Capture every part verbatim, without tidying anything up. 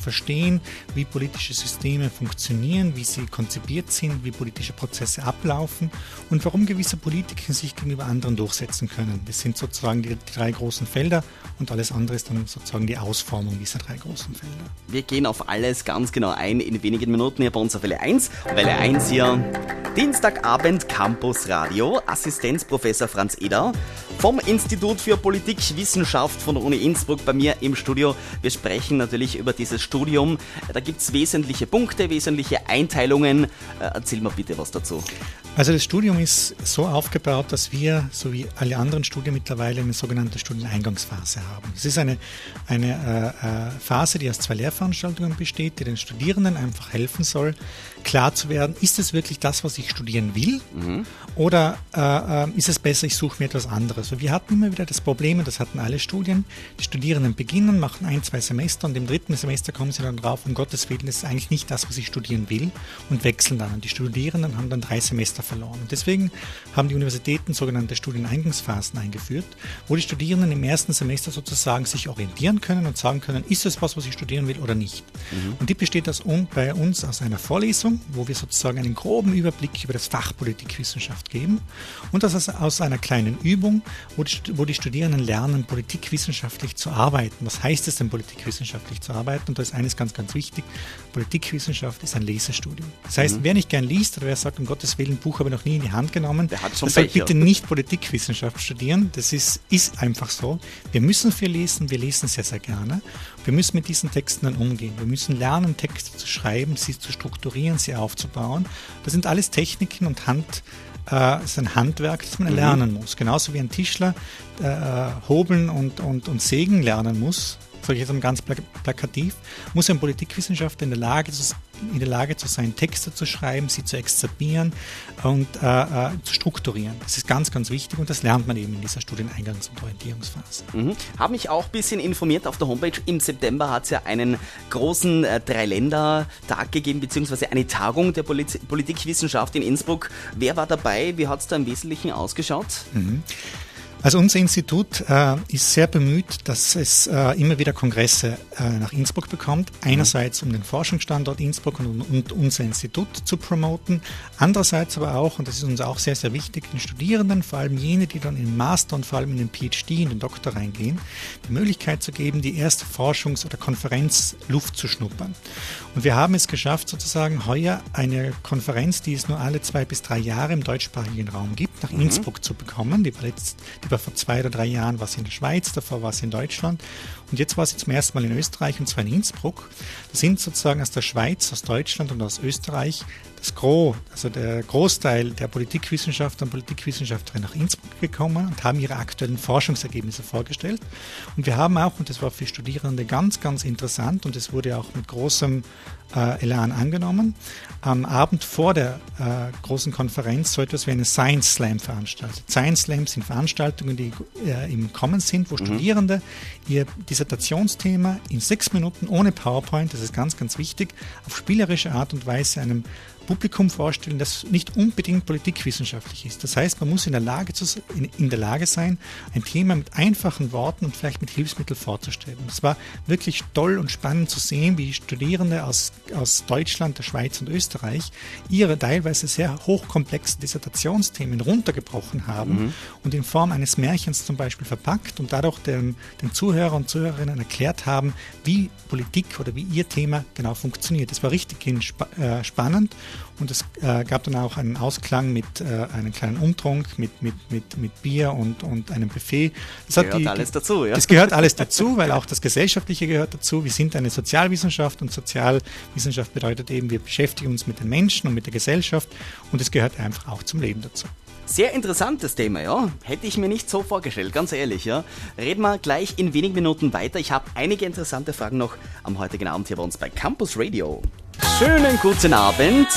verstehen, wie politische Systeme funktionieren, wie sie konzipiert sind, wie politische Prozesse ablaufen und warum gewisse Politiker sich gegenüber anderen durchsetzen können. Das sind sozusagen die, die drei großen Felder und alles andere ist dann sozusagen die Ausformung dieser drei großen Felder. Wir gehen auf alles ganz genau ein in wenigen Minuten hier bei uns auf Welle eins. Welle eins hier, Dienstagabend Campus Radio, Assistenzprofessor Franz Eder vom Institut für Politikwissenschaft von der Uni Innsbruck bei mir im Studio. Wir sprechen natürlich über dieses Studium. Da gibt es wesentliche Punkte, wesentliche Einteilungen. Erzähl mal bitte was dazu. Also das Studium ist so aufgebaut, dass wir, so wie alle anderen Studien mittlerweile, eine sogenannte Studieneingangsphase haben. Es ist eine, eine äh, Phase, die aus zwei Lehrveranstaltungen besteht, die den Studierenden einfach helfen soll, klar zu werden, ist es wirklich das, was ich studieren will, mhm. oder äh, ist es besser, ich suche mir etwas anderes. Wir hatten immer wieder das Problem, und das hatten alle Studien, die Studierenden beginnen, machen ein, zwei Semester und im dritten Semester kommen sie dann drauf, um Gottes Willen, das ist eigentlich nicht das, was ich studieren will, und wechseln dann. Und die Studierenden haben dann drei Semester verloren. Und deswegen haben die Universitäten sogenannte Studieneingaangsphasen eingeführt, wo die Studierenden im ersten Semester sozusagen sich orientieren können und sagen können, ist es was, was ich studieren will oder nicht. Mhm. Und die besteht aus, bei uns aus einer Vorlesung, wo wir sozusagen einen groben Überblick über das Fach Politikwissenschaft geben, und das aus, aus einer kleinen Übung, wo die, wo die Studierenden lernen, politikwissenschaftlich zu arbeiten. Was heißt es denn, politikwissenschaftlich zu arbeiten? Und da ist eines ganz, ganz wichtig: Politikwissenschaft ist ein Lesestudium. Das heißt, mhm. wer nicht gern liest oder wer sagt, um Gottes Willen, ein Buch habe ich noch nie in die Hand genommen, der hat schon soll bitte nicht Politikwissenschaft studieren. Das ist, ist einfach so. Wir müssen viel lesen, wir lesen sehr, sehr gerne. Wir müssen mit diesen Texten dann umgehen. Wir müssen lernen, Texte zu schreiben, sie zu strukturieren, sie aufzubauen. Das sind alles Techniken und Hand, äh, ist ein Handwerk, das man mhm. lernen muss. Genauso wie ein Tischler äh, hobeln und, und, und sägen lernen muss, sage ich jetzt ganz plakativ, muss ein Politikwissenschaftler in der Lage, in der Lage zu sein, Texte zu schreiben, sie zu exzerpieren und äh, äh, zu strukturieren. Das ist ganz, ganz wichtig und das lernt man eben in dieser Studieneingangs- und Orientierungsphase. Mhm. Habe mich auch ein bisschen informiert auf der Homepage. Im September hat es ja einen großen äh, Drei-Länder-Tag gegeben, beziehungsweise eine Tagung der Polit- Politikwissenschaft in Innsbruck. Wer war dabei? Wie hat es da im Wesentlichen ausgeschaut? Mhm. Also unser Institut äh, ist sehr bemüht, dass es äh, immer wieder Kongresse äh, nach Innsbruck bekommt. Einerseits, um den Forschungsstandort Innsbruck und, und unser Institut zu promoten. Andererseits aber auch, und das ist uns auch sehr, sehr wichtig, den Studierenden, vor allem jene, die dann in den Master und vor allem in den PhD, in den Doktor reingehen, die Möglichkeit zu geben, die erste Forschungs- oder Konferenzluft zu schnuppern. Und wir haben es geschafft, sozusagen heuer eine Konferenz, die es nur alle zwei bis drei Jahre im deutschsprachigen Raum gibt, nach mhm. Innsbruck zu bekommen. Die war jetzt, die war vor zwei oder drei Jahren war sie in der Schweiz, davor war sie in Deutschland und jetzt war sie zum ersten Mal in Österreich, und zwar in Innsbruck. Da sind sozusagen aus der Schweiz, aus Deutschland und aus Österreich das Gros, also der Großteil der Politikwissenschaftler und Politikwissenschaftlerinnen nach Innsbruck gekommen und haben ihre aktuellen Forschungsergebnisse vorgestellt. Und wir haben auch, und das war für Studierende ganz, ganz interessant, und es wurde auch mit großem äh, Elan angenommen, am Abend vor der äh, großen Konferenz so etwas wie eine Science Slam veranstaltet. Science Slams sind Veranstaltungen, die äh, im Kommen sind, wo mhm. Studierende ihr Dissertationsthema in sechs Minuten ohne PowerPoint, das ist ganz, ganz wichtig, auf spielerische Art und Weise einem Publikum vorstellen, das nicht unbedingt politikwissenschaftlich ist. Das heißt, man muss in der Lage, zu, in, in der Lage sein, ein Thema mit einfachen Worten und vielleicht mit Hilfsmitteln vorzustellen. Es war wirklich toll und spannend zu sehen, wie Studierende aus, aus Deutschland, der Schweiz und Österreich ihre teilweise sehr hochkomplexen Dissertationsthemen runtergebrochen haben mhm. und in Form eines Märchens zum Beispiel verpackt und dadurch den, den Zuhörer und Zuhörerinnen erklärt haben, wie Politik oder wie ihr Thema genau funktioniert. Das war richtig spa- äh, spannend. Und es äh, gab dann auch einen Ausklang mit äh, einem kleinen Umtrunk, mit, mit, mit, mit Bier und, und einem Buffet. Das gehört hat die, alles dazu, ja? Das gehört alles dazu, weil auch das Gesellschaftliche gehört dazu. Wir sind eine Sozialwissenschaft und Sozialwissenschaft bedeutet eben, wir beschäftigen uns mit den Menschen und mit der Gesellschaft und es gehört einfach auch zum Leben dazu. Sehr interessantes Thema, ja. Hätte ich mir nicht so vorgestellt, ganz ehrlich, ja. Reden wir gleich in wenigen Minuten weiter. Ich habe einige interessante Fragen noch am heutigen Abend hier bei uns bei Campus Radio. Schönen guten Abend.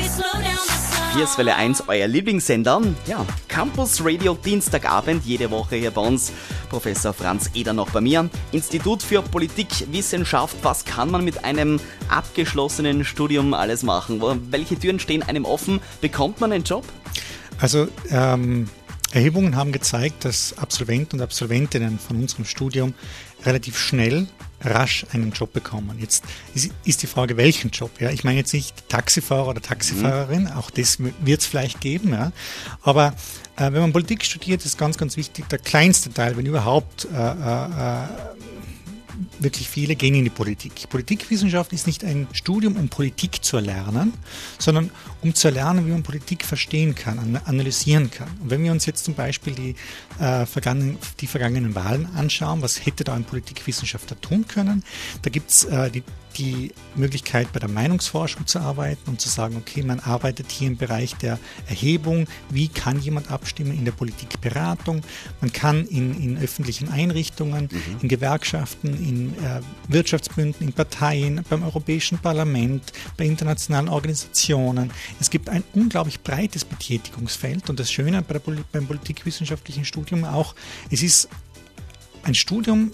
Hier ist Welle eins, euer Lieblingssender. Ja, Campus Radio Dienstagabend, jede Woche hier bei uns. Professor Franz Eder noch bei mir. Institut für Politikwissenschaft. Was kann man mit einem abgeschlossenen Studium alles machen? Welche Türen stehen einem offen? Bekommt man einen Job? Also ähm, Erhebungen haben gezeigt, dass Absolventen und Absolventinnen von unserem Studium relativ schnell rasch einen Job bekommen. Jetzt ist, ist die Frage, welchen Job? Ja? Ich meine jetzt nicht Taxifahrer oder Taxifahrerin, mhm. auch das wird es vielleicht geben, ja? Aber äh, wenn man Politik studiert, ist ganz, ganz wichtig, der kleinste Teil, wenn überhaupt äh, äh, wirklich viele gehen in die Politik. Politikwissenschaft ist nicht ein Studium, um Politik zu erlernen, sondern um zu erlernen, wie man Politik verstehen kann, analysieren kann. Und wenn wir uns jetzt zum Beispiel die, äh, vergangenen, die vergangenen Wahlen anschauen, was hätte da ein Politikwissenschaftler tun können? Da gibt es äh, die die Möglichkeit, bei der Meinungsforschung zu arbeiten und zu sagen, okay, man arbeitet hier im Bereich der Erhebung, wie kann jemand abstimmen, in der Politikberatung, man kann in, in öffentlichen Einrichtungen, mhm. in Gewerkschaften, in äh, Wirtschaftsbünden, in Parteien, beim Europäischen Parlament, bei internationalen Organisationen. Es gibt ein unglaublich breites Betätigungsfeld und das Schöne bei der Pol- beim politikwissenschaftlichen Studium auch, es ist ein Studium,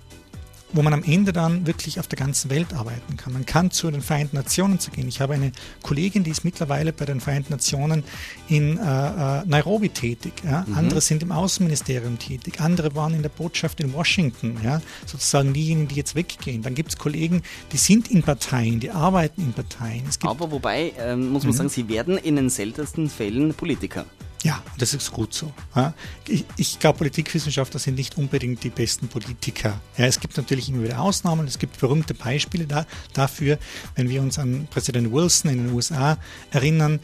wo man am Ende dann wirklich auf der ganzen Welt arbeiten kann. Man kann zu den Vereinten Nationen zu gehen. Ich habe eine Kollegin, die ist mittlerweile bei den Vereinten Nationen in äh, Nairobi tätig. Ja? Mhm. Andere sind im Außenministerium tätig. Andere waren in der Botschaft in Washington. Ja? Sozusagen diejenigen, die jetzt weggehen. Dann gibt es Kollegen, die sind in Parteien, die arbeiten in Parteien. Es gibt Aber wobei, ähm, muss man mhm. sagen, sie werden in den seltensten Fällen Politiker. Ja, das ist gut so. Ja. Ich, ich glaube, Politikwissenschaftler sind nicht unbedingt die besten Politiker. Ja, es gibt natürlich immer wieder Ausnahmen, es gibt berühmte Beispiele da, dafür, wenn wir uns an Präsident Wilson in den U S A erinnern,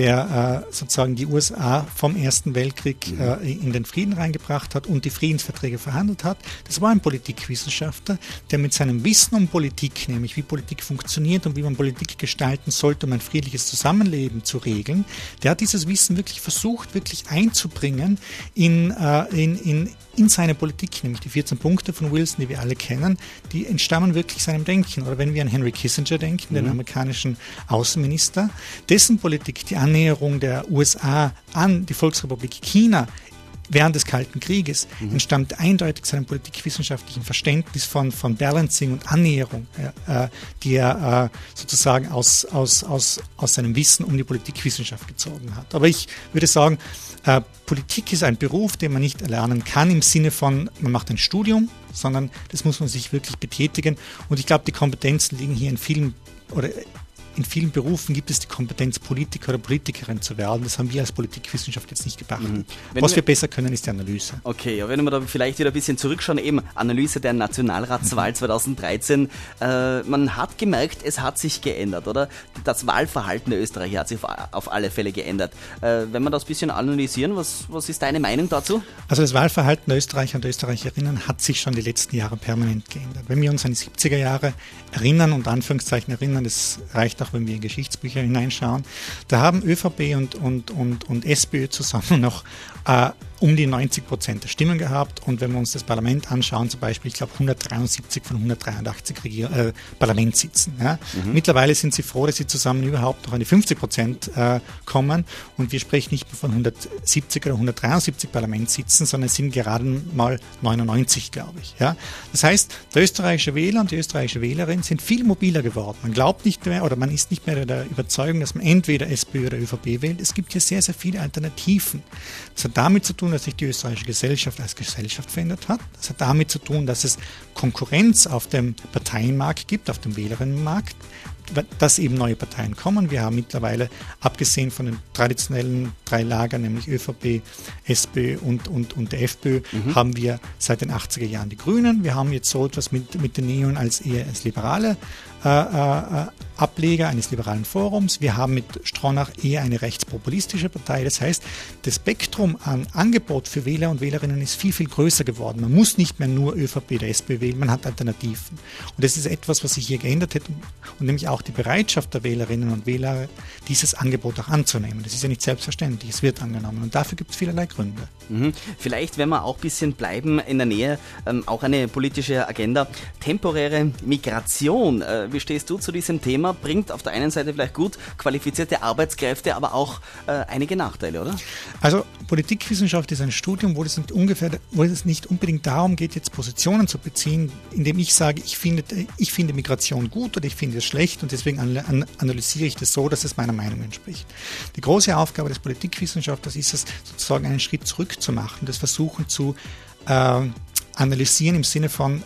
der äh, sozusagen die U S A vom Ersten Weltkrieg äh, in den Frieden reingebracht hat und die Friedensverträge verhandelt hat. Das war ein Politikwissenschaftler, der mit seinem Wissen um Politik, nämlich wie Politik funktioniert und wie man Politik gestalten sollte, um ein friedliches Zusammenleben zu regeln, der hat dieses Wissen wirklich versucht, wirklich einzubringen in, äh, in, in, in seine Politik, nämlich die vierzehn Punkte von Wilson, die wir alle kennen, die entstammen wirklich seinem Denken. Oder wenn wir an Henry Kissinger denken, mhm. den amerikanischen Außenminister, dessen Politik, die Annäherung der U S A an die Volksrepublik China während des Kalten Krieges, mhm. entstammt eindeutig seinem politikwissenschaftlichen Verständnis von, von Balancing und Annäherung, äh, die er äh, sozusagen aus, aus, aus, aus seinem Wissen um die Politikwissenschaft gezogen hat. Aber ich würde sagen, äh, Politik ist ein Beruf, den man nicht erlernen kann im Sinne von, man macht ein Studium, sondern das muss man sich wirklich betätigen. Und ich glaube, die Kompetenzen liegen hier in vielen oder in vielen Berufen gibt es die Kompetenz, Politiker oder Politikerin zu werden. Das haben wir als Politikwissenschaft jetzt nicht gebracht. Mhm. Was wir, wir besser können, ist die Analyse. Okay, ja, wenn wir da vielleicht wieder ein bisschen zurückschauen, eben Analyse der Nationalratswahl mhm. zweitausenddreizehn. Äh, man hat gemerkt, es hat sich geändert, oder? Das Wahlverhalten der Österreicher hat sich auf, auf alle Fälle geändert. Äh, wenn wir das ein bisschen analysieren, was, was ist deine Meinung dazu? Also das Wahlverhalten der Österreicher und der Österreicherinnen hat sich schon die letzten Jahre permanent geändert. Wenn wir uns an die siebziger Jahre erinnern und Anführungszeichen erinnern, das reicht auch, wenn wir in Geschichtsbücher hineinschauen, da haben ÖVP und, und, und, und SPÖ zusammen noch äh, um die neunzig Prozent der Stimmen gehabt und wenn wir uns das Parlament anschauen, zum Beispiel, ich glaube hundertdreiundsiebzig von hundertdreiundachtzig Regier- äh, Parlamentssitzen. Ja. Mhm. Mittlerweile sind sie froh, dass sie zusammen überhaupt noch an die fünfzig Prozent äh, kommen und wir sprechen nicht mehr von hundertsiebzig oder hundertdreiundsiebzig Parlamentssitzen, sondern es sind gerade mal neunundneunzig, glaube ich. Ja. Das heißt, der österreichische Wähler und die österreichische Wählerin sind viel mobiler geworden. Man glaubt nicht mehr oder man ist nicht mehr der Überzeugung, dass man entweder SPÖ oder ÖVP wählt. Es gibt hier sehr, sehr viele Alternativen. Das hat damit zu tun, dass sich die österreichische Gesellschaft als Gesellschaft verändert hat. Das hat damit zu tun, dass es Konkurrenz auf dem Parteienmarkt gibt, auf dem Wählerinnenmarkt, dass eben neue Parteien kommen. Wir haben mittlerweile, abgesehen von den traditionellen drei Lagern, nämlich ÖVP, SPÖ und, und, und der FPÖ, mhm. haben wir seit den achtziger Jahren die Grünen. Wir haben jetzt so etwas mit, mit den Neon als eher als liberale äh, äh, Ableger eines liberalen Forums. Wir haben mit Stronach eher eine rechtspopulistische Partei. Das heißt, das Spektrum an Angebot für Wähler und Wählerinnen ist viel, viel größer geworden. Man muss nicht mehr nur ÖVP oder SPÖ wählen, man hat Alternativen. Und das ist etwas, was sich hier geändert hat und nämlich auch die Bereitschaft der Wählerinnen und Wähler, dieses Angebot auch anzunehmen. Das ist ja nicht selbstverständlich, es wird angenommen und dafür gibt es vielerlei Gründe. Mhm. Vielleicht, wenn wir auch ein bisschen bleiben in der Nähe, ähm, auch eine politische Agenda. Temporäre Migration, äh, wie stehst du zu diesem Thema? Bringt auf der einen Seite vielleicht gut qualifizierte Arbeitskräfte, aber auch äh, einige Nachteile, oder? Also Politikwissenschaft ist ein Studium, wo es nicht ungefähr, wo es nicht unbedingt darum geht, jetzt Positionen zu beziehen, indem ich sage, ich finde, ich finde Migration gut oder ich finde es schlecht und deswegen an, analysiere ich das so, dass es meiner Meinung entspricht. Die große Aufgabe des Politikwissenschaftlers ist es, sozusagen einen Schritt zurück zu machen, das Versuchen zu äh, analysieren im Sinne von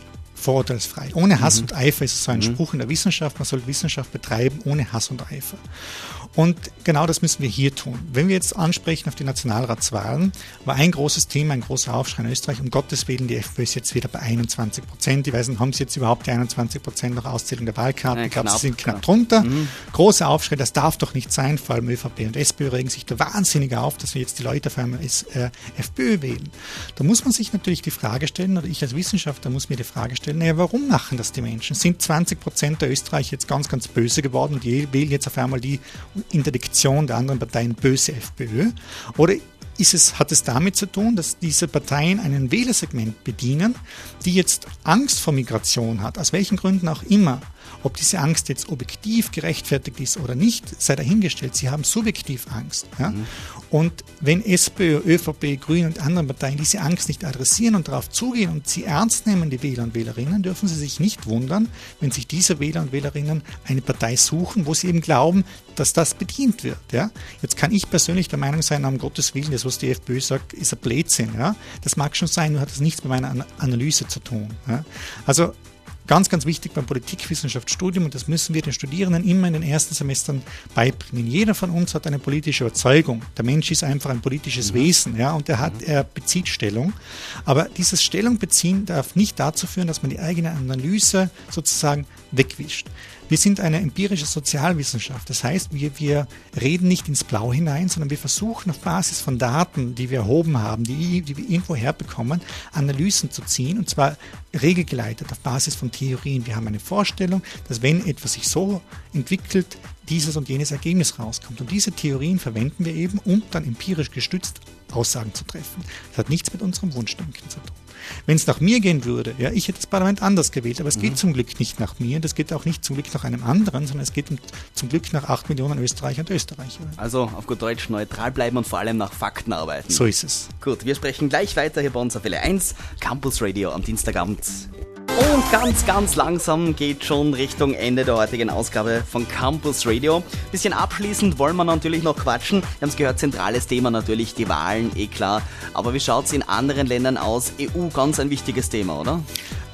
vorurteilsfrei. Ohne Hass Mhm. und Eifer ist so ein Mhm. Spruch in der Wissenschaft, man soll Wissenschaft betreiben ohne Hass und Eifer. Und genau das müssen wir hier tun. Wenn wir jetzt ansprechen auf die Nationalratswahlen, war ein großes Thema, ein großer Aufschrei in Österreich, um Gottes Willen, die FPÖ ist jetzt wieder bei einundzwanzig Prozent. Ich weiß nicht, haben sie jetzt überhaupt die einundzwanzig Prozent nach Auszählung der Wahlkarten? Ja, ich glaube, knapp, sie sind knapp knapp. drunter. Mhm. Großer Aufschrei, das darf doch nicht sein. Vor allem ÖVP und SPÖ regen sich da wahnsinnig auf, dass wir jetzt die Leute auf einmal als, äh, FPÖ wählen. Da muss man sich natürlich die Frage stellen, oder ich als Wissenschaftler muss mir die Frage stellen, naja, warum machen das die Menschen? Sind zwanzig Prozent der Österreicher jetzt ganz, ganz böse geworden und die wählen jetzt auf einmal die Interdiktion der anderen Parteien böse FPÖ? Oder ist es, hat es damit zu tun, dass diese Parteien einen Wählersegment bedienen, die jetzt Angst vor Migration hat, aus welchen Gründen auch immer? Ob diese Angst jetzt objektiv gerechtfertigt ist oder nicht, sei dahingestellt. Sie haben subjektiv Angst. Ja? Mhm. Und wenn SPÖ, ÖVP, Grüne und andere Parteien diese Angst nicht adressieren und darauf zugehen und sie ernst nehmen, die Wähler und Wählerinnen, dürfen sie sich nicht wundern, wenn sich diese Wähler und Wählerinnen eine Partei suchen, wo sie eben glauben, dass das bedient wird. Ja? Jetzt kann ich persönlich der Meinung sein, um Gottes Willen, das, was die FPÖ sagt, ist ein Blödsinn. Ja? Das mag schon sein, nur hat das nichts mit meiner Analyse zu tun. Ja? Also ganz, ganz wichtig beim Politikwissenschaftsstudium, und das müssen wir den Studierenden immer in den ersten Semestern beibringen. Jeder von uns hat eine politische Überzeugung. Der Mensch ist einfach ein politisches mhm. Wesen, ja, und er hat, er bezieht Stellung. Aber dieses Stellung beziehen darf nicht dazu führen, dass man die eigene Analyse sozusagen wegwischt. Wir sind eine empirische Sozialwissenschaft. Das heißt, wir, wir reden nicht ins Blau hinein, sondern wir versuchen auf Basis von Daten, die wir erhoben haben, die, die wir irgendwo herbekommen, Analysen zu ziehen, und zwar regelgeleitet auf Basis von Theorien. Wir haben eine Vorstellung, dass wenn etwas sich so entwickelt, dieses und jenes Ergebnis rauskommt. Und diese Theorien verwenden wir eben, um dann empirisch gestützt Aussagen zu treffen. Das hat nichts mit unserem Wunschdenken zu tun. Wenn es nach mir gehen würde, ja, ich hätte das Parlament anders gewählt, aber es mhm. geht zum Glück nicht nach mir, das geht auch nicht zum Glück nach einem anderen, sondern es geht zum Glück nach acht Millionen Österreicher und Österreicherinnen. Also auf gut Deutsch neutral bleiben und vor allem nach Fakten arbeiten. So ist es. Gut, wir sprechen gleich weiter hier bei uns auf Welle eins, Campus Radio am Dienstagabend. Und ganz, ganz langsam geht schon Richtung Ende der heutigen Ausgabe von Campus Radio. Bisschen abschließend wollen wir natürlich noch quatschen. Wir haben es gehört, zentrales Thema natürlich die Wahlen, eh klar. Aber wie schaut es in anderen Ländern aus? E U, ganz ein wichtiges Thema, oder?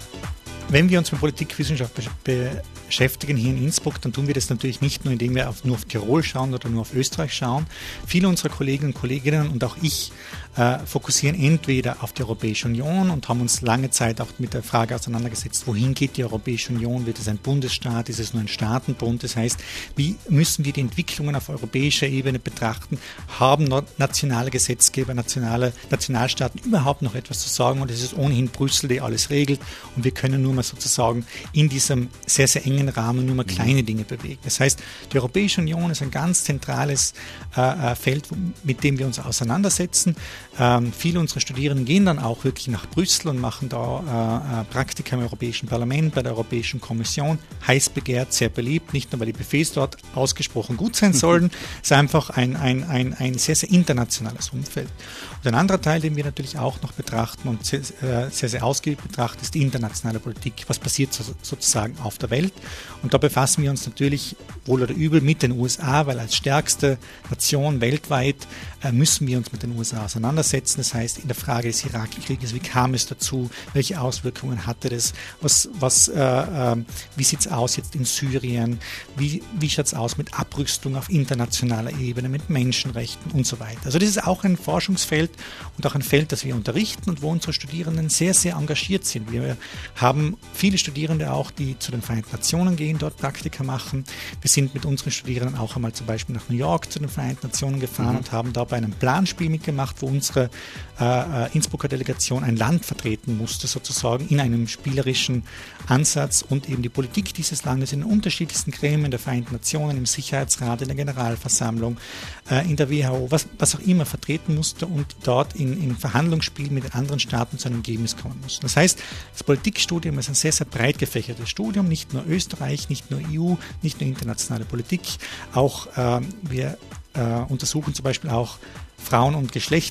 Wenn wir uns mit Politikwissenschaft beschäftigen hier in Innsbruck, dann tun wir das natürlich nicht nur, indem wir auf, nur auf Tirol schauen oder nur auf Österreich schauen. Viele unserer Kolleginnen und Kolleginnen und auch ich äh, fokussieren entweder auf die Europäische Union und haben uns lange Zeit auch mit der Frage auseinandergesetzt, wohin geht die Europäische Union? Wird es ein Bundesstaat? Ist es nur ein Staatenbund? Das heißt, wie müssen wir die Entwicklungen auf europäischer Ebene betrachten? Haben nationale Gesetzgeber, nationale Nationalstaaten überhaupt noch etwas zu sagen? Und es ist ohnehin Brüssel, der alles regelt, und wir können nur mal sozusagen in diesem sehr, sehr engen Rahmen nur mal kleine Dinge bewegen. Das heißt, die Europäische Union ist ein ganz zentrales äh, Feld, mit dem wir uns auseinandersetzen. Ähm, viele unserer Studierenden gehen dann auch wirklich nach Brüssel und machen da äh, Praktika im Europäischen Parlament, bei der Europäischen Kommission. Heiß begehrt, sehr beliebt, nicht nur weil die Buffets dort ausgesprochen gut sein sollen, es ist einfach ein, ein, ein, ein sehr, sehr internationales Umfeld. Und ein anderer Teil, den wir natürlich auch noch betrachten und sehr, sehr, sehr ausgiebig betrachten, ist die internationale Politik. Was passiert so, sozusagen auf der Welt? Und da befassen wir uns natürlich wohl oder übel mit den U S A, weil als stärkste Nation weltweit äh, müssen wir uns mit den U S A auseinandersetzen. Das heißt, in der Frage des Irakkrieges, wie kam es dazu? Welche Auswirkungen hatte das? Was, was, äh, äh, wie sieht es aus jetzt in Syrien? Wie, wie schaut es aus mit Abrüstung auf internationaler Ebene, mit Menschenrechten und so weiter? Also das ist auch ein Forschungsfeld und auch ein Feld, das wir unterrichten und wo unsere Studierenden sehr, sehr engagiert sind. Wir haben viele Studierende auch, die zu den Vereinten Nationen gehen, dort Praktika machen. Wir sind mit unseren Studierenden auch einmal zum Beispiel nach New York zu den Vereinten Nationen gefahren mhm. und haben da bei einem Planspiel mitgemacht, wo unsere äh, Innsbrucker Delegation ein Land vertreten musste, sozusagen in einem spielerischen Ansatz und eben die Politik dieses Landes in den unterschiedlichsten Gremien der Vereinten Nationen, im Sicherheitsrat, in der Generalversammlung, äh, in der W H O, was, was auch immer vertreten musste und dort in, in Verhandlungsspiel mit den anderen Staaten zu einem Ergebnis kommen musste. Das heißt, das Politikstudium ist ein sehr, sehr breit gefächertes Studium, nicht nur Österreich, nicht nur E U, nicht nur internationale Politik, auch äh, wir äh, untersuchen zum Beispiel auch Frauen- und Geschlechter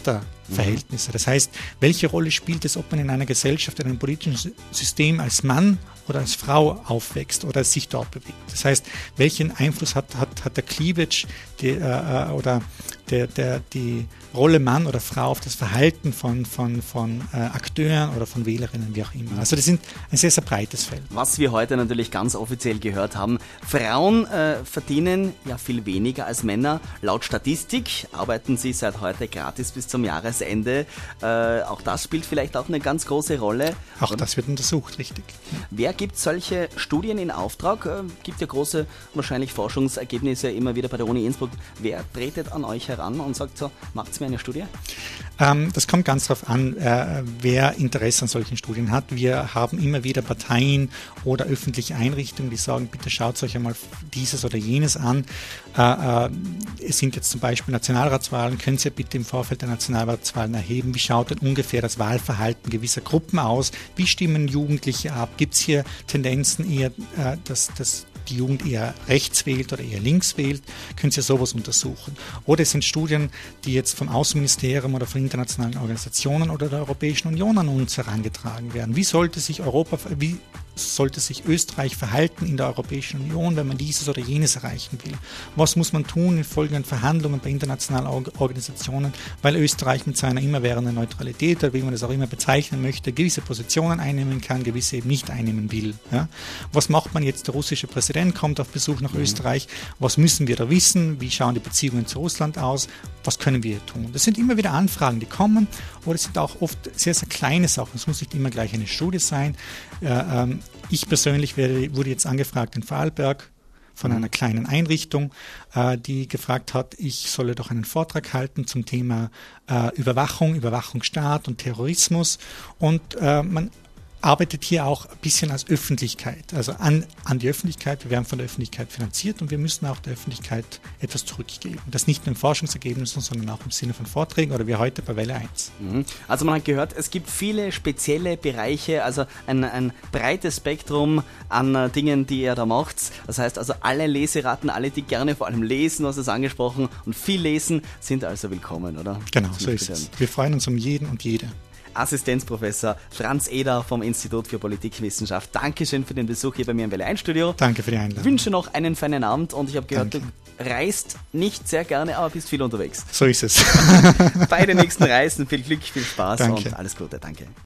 Verhältnisse. Das heißt, welche Rolle spielt es, ob man in einer Gesellschaft, in einem politischen System als Mann oder als Frau aufwächst oder sich dort bewegt. Das heißt, welchen Einfluss hat, hat, hat der Cleavage die, äh, oder der, der, die Rolle Mann oder Frau auf das Verhalten von, von, von äh, Akteuren oder von Wählerinnen, wie auch immer. Also das sind ein sehr, sehr breites Feld. Was wir heute natürlich ganz offiziell gehört haben, Frauen äh, verdienen ja viel weniger als Männer. Laut Statistik arbeiten sie seit heute gratis bis zum Jahresende. Äh, auch das spielt vielleicht auch eine ganz große Rolle. Auch das wird untersucht, richtig. Wer gibt solche Studien in Auftrag? Äh, gibt ja große, wahrscheinlich Forschungsergebnisse immer wieder bei der Uni Innsbruck. Wer tretet an euch heran und sagt so, macht's mir eine Studie? Ähm, das kommt ganz darauf an, äh, wer Interesse an solchen Studien hat. Wir haben immer wieder Parteien oder öffentliche Einrichtungen, die sagen, bitte schaut euch einmal dieses oder jenes an. Äh, äh, es sind jetzt zum Beispiel Nationalratswahlen, können Sie ja bitte im Vorfeld der Nationalratswahlen erheben, wie schaut denn ungefähr das Wahlverhalten gewisser Gruppen aus, wie stimmen Jugendliche ab, gibt es hier Tendenzen eher, äh, dass das die Jugend eher rechts wählt oder eher links wählt, können Sie sowas untersuchen. Oder es sind Studien, die jetzt vom Außenministerium oder von internationalen Organisationen oder der Europäischen Union an uns herangetragen werden. Wie sollte sich Europa, wie sollte sich Österreich verhalten in der Europäischen Union, wenn man dieses oder jenes erreichen will? Was muss man tun in folgenden Verhandlungen bei internationalen Organisationen, weil Österreich mit seiner immerwährenden Neutralität, oder wie man das auch immer bezeichnen möchte, gewisse Positionen einnehmen kann, gewisse eben nicht einnehmen will. Ja? Was macht man jetzt? Der russische Präsident kommt auf Besuch nach mhm. Österreich. Was müssen wir da wissen? Wie schauen die Beziehungen zu Russland aus? Was können wir hier tun? Das sind immer wieder Anfragen, die kommen, oder es sind auch oft sehr, sehr kleine Sachen. Es muss nicht immer gleich eine Studie sein. Äh, ähm, Ich persönlich werde, wurde jetzt angefragt in Vorarlberg von einer kleinen Einrichtung, äh, die gefragt hat, ich solle doch einen Vortrag halten zum Thema äh, Überwachung, Überwachungsstaat und Terrorismus. Und äh, man arbeitet hier auch ein bisschen als Öffentlichkeit, also an, an die Öffentlichkeit. Wir werden von der Öffentlichkeit finanziert und wir müssen auch der Öffentlichkeit etwas zurückgeben. Das nicht nur in Forschungsergebnissen, sondern auch im Sinne von Vorträgen oder wie heute bei Welle eins. Also man hat gehört, es gibt viele spezielle Bereiche, also ein, ein breites Spektrum an Dingen, die ihr da macht. Das heißt also alle Leseraten, alle, die gerne vor allem lesen, was es angesprochen, und viel lesen, sind also willkommen, oder? Genau, so ist es. Wir freuen uns um jeden und jede. Assistenzprofessor Franz Eder vom Institut für Politikwissenschaft. Dankeschön für den Besuch hier bei mir im Welle eins Studio. Danke für die Einladung. Ich wünsche noch einen feinen Abend und ich habe gehört, Danke. du reist nicht sehr gerne, aber bist viel unterwegs. So ist es. Bei den nächsten Reisen viel Glück, viel Spaß Danke. und alles Gute. Danke.